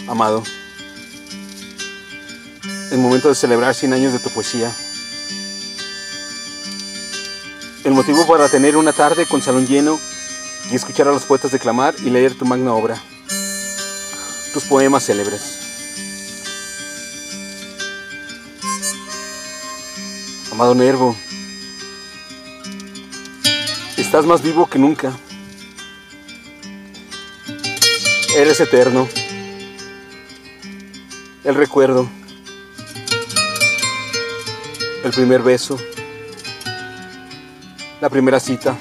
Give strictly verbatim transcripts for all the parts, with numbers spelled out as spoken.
Amado, el momento de celebrar cien años de tu poesía. El motivo para tener una tarde con salón lleno y escuchar a los poetas declamar y leer tu magna obra, tus poemas célebres. Amado Nervo, estás más vivo que nunca. Eres eterno. El recuerdo, el primer beso, la primera cita,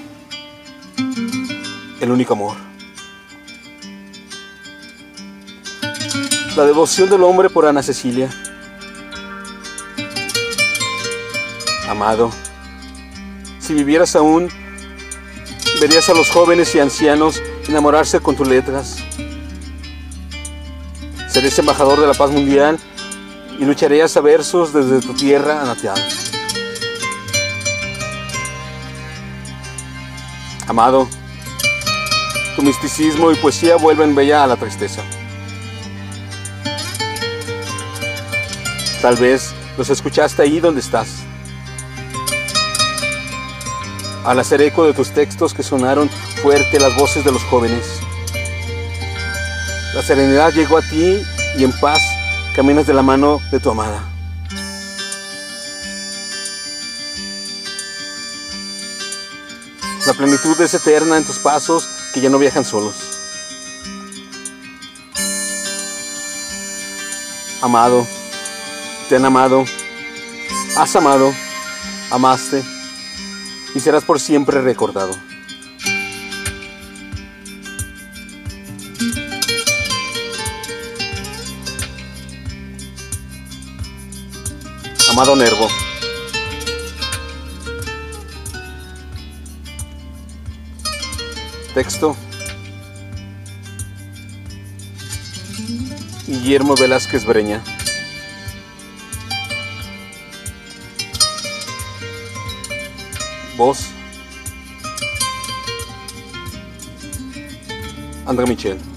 el único amor. La devoción del hombre por Ana Cecilia. Amado, si vivieras aún, verías a los jóvenes y ancianos enamorarse con tus letras. Serás embajador de la paz mundial y lucharías a versos desde tu tierra natal. Amado, tu misticismo y poesía vuelven bella a la tristeza. Tal vez los escuchaste ahí donde estás, al hacer eco de tus textos que sonaron fuerte las voces de los jóvenes. La serenidad llegó a ti y en paz caminas de la mano de tu amada. La plenitud es eterna en tus pasos que ya no viajan solos. Amado, te han amado, has amado, amaste y serás por siempre recordado. Amado Nervo, texto Guillermo Velázquez Breña. Voz André Michel.